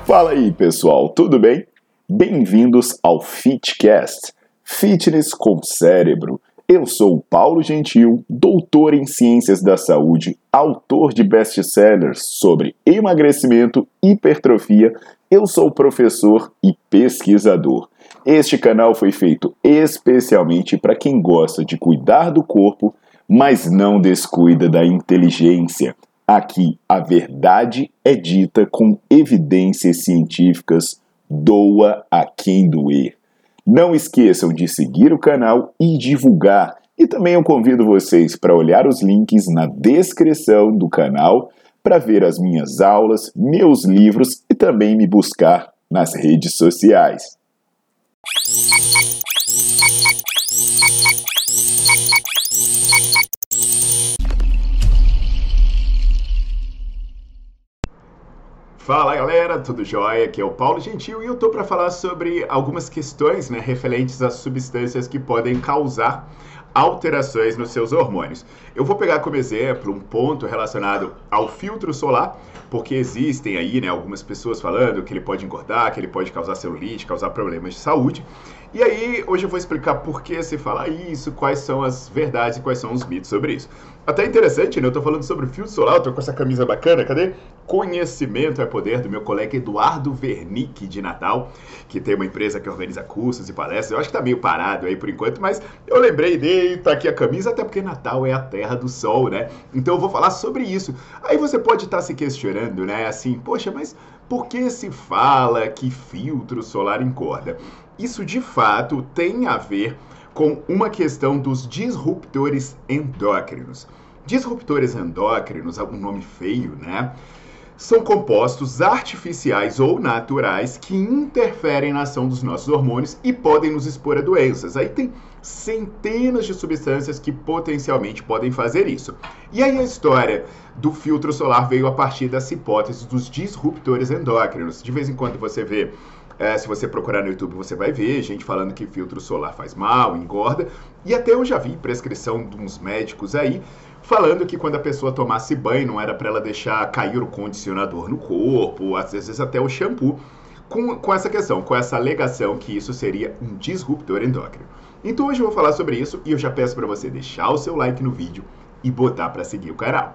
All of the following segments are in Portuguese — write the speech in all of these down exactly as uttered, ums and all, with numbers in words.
Fala aí, pessoal, tudo bem? Bem-vindos ao Fitcast, Fitness com Cérebro. Eu sou o Paulo Gentil, doutor em Ciências da Saúde, autor de best-sellers sobre emagrecimento, hipertrofia. Eu sou professor e pesquisador. Este canal foi feito especialmente para quem gosta de cuidar do corpo, mas não descuida da inteligência. Aqui, a verdade é dita com evidências científicas, doa a quem doer. Não esqueçam de seguir o canal e divulgar. E também eu convido vocês para olhar os links na descrição do canal para ver as minhas aulas, meus livros e também me buscar nas redes sociais. Fala galera, tudo jóia? Aqui é o Paulo Gentil e eu tô para falar sobre algumas questões, né, referentes às substâncias que podem causar alterações nos seus hormônios. Eu vou pegar como exemplo um ponto relacionado ao filtro solar, porque existem aí, né, algumas pessoas falando que ele pode engordar, que ele pode causar celulite, causar problemas de saúde. E aí, hoje eu vou explicar por que se fala isso, quais são as verdades e quais são os mitos sobre isso. Até interessante, né? Eu tô falando sobre o filtro solar, eu tô com essa camisa bacana, cadê? Conhecimento é poder, do meu colega Eduardo Wernick de Natal, que tem uma empresa que organiza cursos e palestras. Eu acho que tá meio parado aí por enquanto, mas eu lembrei dele, tá aqui a camisa, até porque Natal é a terra do sol, né? Então eu vou falar sobre isso. Aí você pode estar se questionando, né? Assim, poxa, mas por que se fala que filtro solar engorda? Isso de fato tem a ver com uma questão dos disruptores endócrinos. Disruptores endócrinos, um nome feio, né? São compostos artificiais ou naturais que interferem na ação dos nossos hormônios e podem nos expor a doenças. Aí tem centenas de substâncias que potencialmente podem fazer isso. E aí a história do filtro solar veio a partir dessa hipótese dos disruptores endócrinos. De vez em quando você vê, é, se você procurar no YouTube, você vai ver gente falando que filtro solar faz mal, engorda. E até eu já vi prescrição de uns médicos aí falando que quando a pessoa tomasse banho não era para ela deixar cair o condicionador no corpo, às vezes até o shampoo, com, com essa questão, com essa alegação que isso seria um disruptor endócrino. Então hoje eu vou falar sobre isso e eu já peço para você deixar o seu like no vídeo e botar para seguir o canal.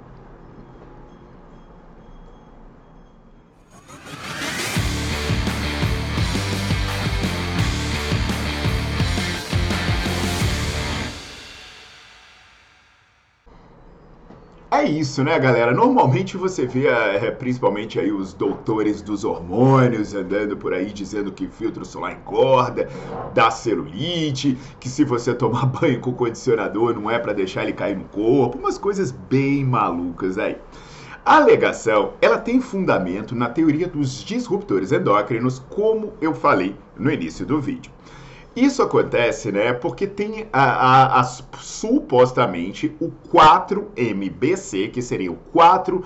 É isso, né, galera? Normalmente você vê, é, principalmente aí os doutores dos hormônios andando por aí dizendo que filtro solar engorda, dá celulite, que se você tomar banho com condicionador não é para deixar ele cair no corpo, umas coisas bem malucas aí. A alegação, ela tem fundamento na teoria dos disruptores endócrinos, como eu falei no início do vídeo. Isso acontece, né, porque tem a, a, a, supostamente o quatro M B C, que seria o quatro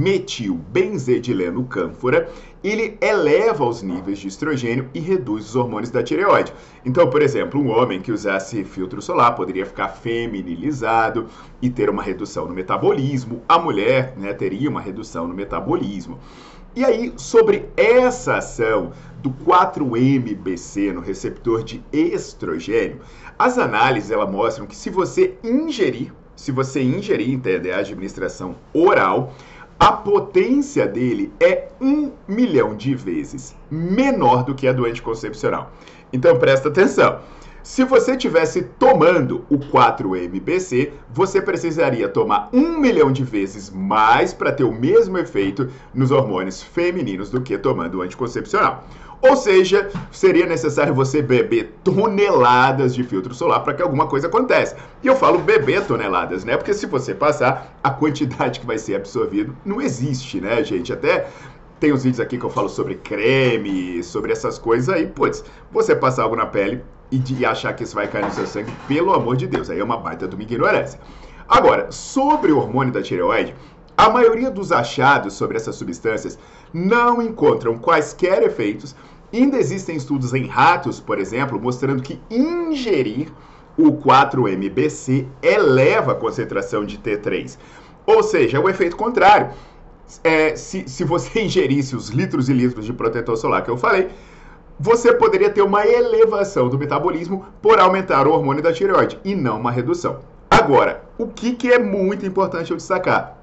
metilbenzedileno cânfora, ele eleva os níveis de estrogênio e reduz os hormônios da tireoide. Então, por exemplo, um homem que usasse filtro solar poderia ficar feminilizado e ter uma redução no metabolismo. A mulher, né, teria uma redução no metabolismo. E aí, sobre essa ação do quatro M B C no receptor de estrogênio, as análises elas mostram que se você ingerir, se você ingerir, entende, a administração oral, a potência dele é um milhão de vezes menor do que a do anticoncepcional. Então presta atenção. Se você estivesse tomando o quatro M B C, você precisaria tomar um milhão de vezes mais para ter o mesmo efeito nos hormônios femininos do que tomando o anticoncepcional. Ou seja, seria necessário você beber toneladas de filtro solar para que alguma coisa aconteça. E eu falo beber toneladas, né? Porque se você passar, a quantidade que vai ser absorvido não existe, né, gente? Até tem uns vídeos aqui que eu falo sobre creme, sobre essas coisas aí. Putz, você passar algo na pele e de achar que isso vai cair no seu sangue, pelo amor de Deus, aí é uma baita de uma ignorância. Agora, sobre o hormônio da tireoide, a maioria dos achados sobre essas substâncias não encontram quaisquer efeitos. Ainda existem estudos em ratos, por exemplo, mostrando que ingerir o quatro M B C eleva a concentração de T três. Ou seja, é o efeito contrário. é, se, se você ingerisse os litros e litros de protetor solar que eu falei, você poderia ter uma elevação do metabolismo por aumentar o hormônio da tireoide e não uma redução. Agora, o que, que é muito importante eu destacar?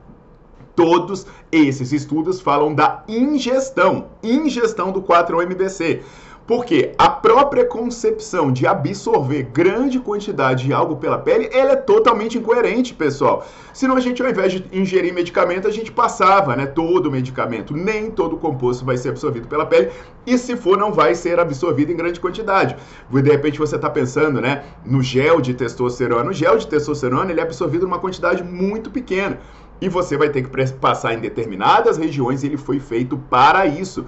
Todos esses estudos falam da ingestão, ingestão do quatro M B C. Porque a própria concepção de absorver grande quantidade de algo pela pele, ela é totalmente incoerente, pessoal. Senão a gente, ao invés de ingerir medicamento, a gente passava, né, todo o medicamento. Nem todo o composto vai ser absorvido pela pele, e se for, não vai ser absorvido em grande quantidade. De repente você está pensando, né, no gel de testosterona. O gel de testosterona, ele é absorvido numa quantidade muito pequena. E você vai ter que passar em determinadas regiões, e ele foi feito para isso.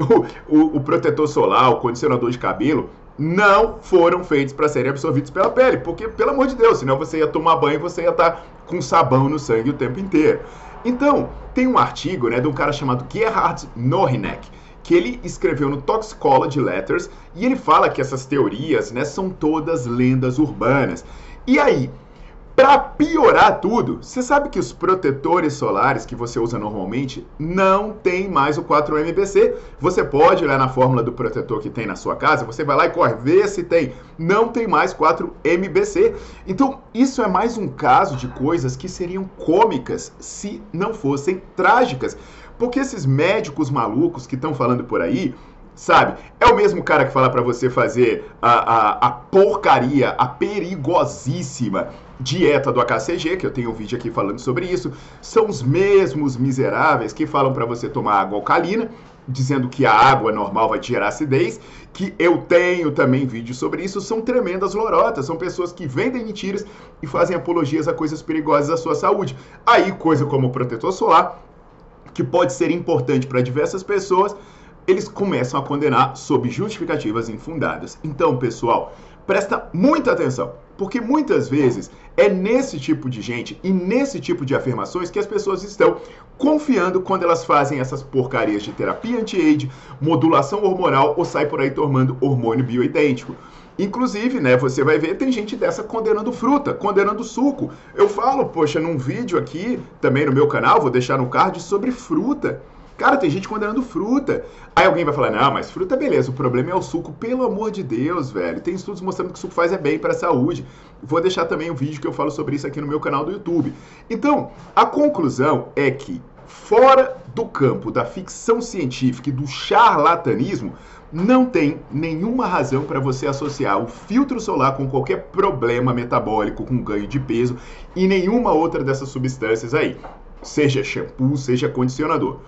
O, o, o protetor solar, o condicionador de cabelo, não foram feitos para serem absorvidos pela pele, porque, pelo amor de Deus, senão você ia tomar banho e você ia estar com sabão no sangue o tempo inteiro. Então, tem um artigo, né, de um cara chamado Gerhard Nohynek, que ele escreveu no Toxicology Letters, e ele fala que essas teorias, né, são todas lendas urbanas. E aí, para piorar tudo, você sabe que os protetores solares que você usa normalmente não tem mais o quatro M B C. Você pode ir lá na fórmula do protetor que tem na sua casa, você vai lá e corre, vê se tem. Não tem mais quatro M B C. Então, isso é mais um caso de coisas que seriam cômicas se não fossem trágicas. Porque esses médicos malucos que estão falando por aí, sabe, é o mesmo cara que fala para você fazer a, a, a porcaria, a perigosíssima dieta do A K C G, que eu tenho um vídeo aqui falando sobre isso. São os mesmos miseráveis que falam para você tomar água alcalina, dizendo que a água normal vai te gerar acidez, que eu tenho também vídeo sobre isso. São tremendas lorotas, são pessoas que vendem mentiras e fazem apologias a coisas perigosas à sua saúde. Aí, coisa como o protetor solar, que pode ser importante para diversas pessoas, eles começam a condenar sob justificativas infundadas. Então, pessoal, presta muita atenção, porque muitas vezes é nesse tipo de gente e nesse tipo de afirmações que as pessoas estão confiando quando elas fazem essas porcarias de terapia anti-age, modulação hormonal ou sai por aí tomando hormônio bioidêntico. Inclusive, né, você vai ver, tem gente dessa condenando fruta, condenando suco. Eu falo, poxa, num vídeo aqui, também no meu canal, vou deixar no card, sobre fruta. Cara, tem gente condenando fruta. Aí alguém vai falar, não, mas fruta é beleza, o problema é o suco. Pelo amor de Deus, velho. Tem estudos mostrando que o suco faz é bem para a saúde. Vou deixar também um vídeo que eu falo sobre isso aqui no meu canal do YouTube. Então, a conclusão é que, fora do campo da ficção científica e do charlatanismo, não tem nenhuma razão para você associar o filtro solar com qualquer problema metabólico, com ganho de peso e nenhuma outra dessas substâncias aí. Seja shampoo, seja condicionador.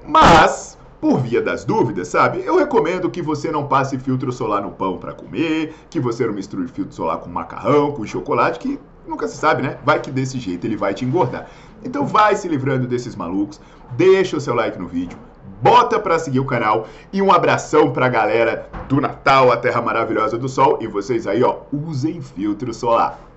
Mas, por via das dúvidas, sabe? Eu recomendo que você não passe filtro solar no pão para comer, que você não misture filtro solar com macarrão, com chocolate, que nunca se sabe, né? Vai que desse jeito ele vai te engordar. Então vai se livrando desses malucos, deixa o seu like no vídeo, bota para seguir o canal e um abração pra galera do Natal, a terra maravilhosa do sol. E vocês aí, ó, usem filtro solar.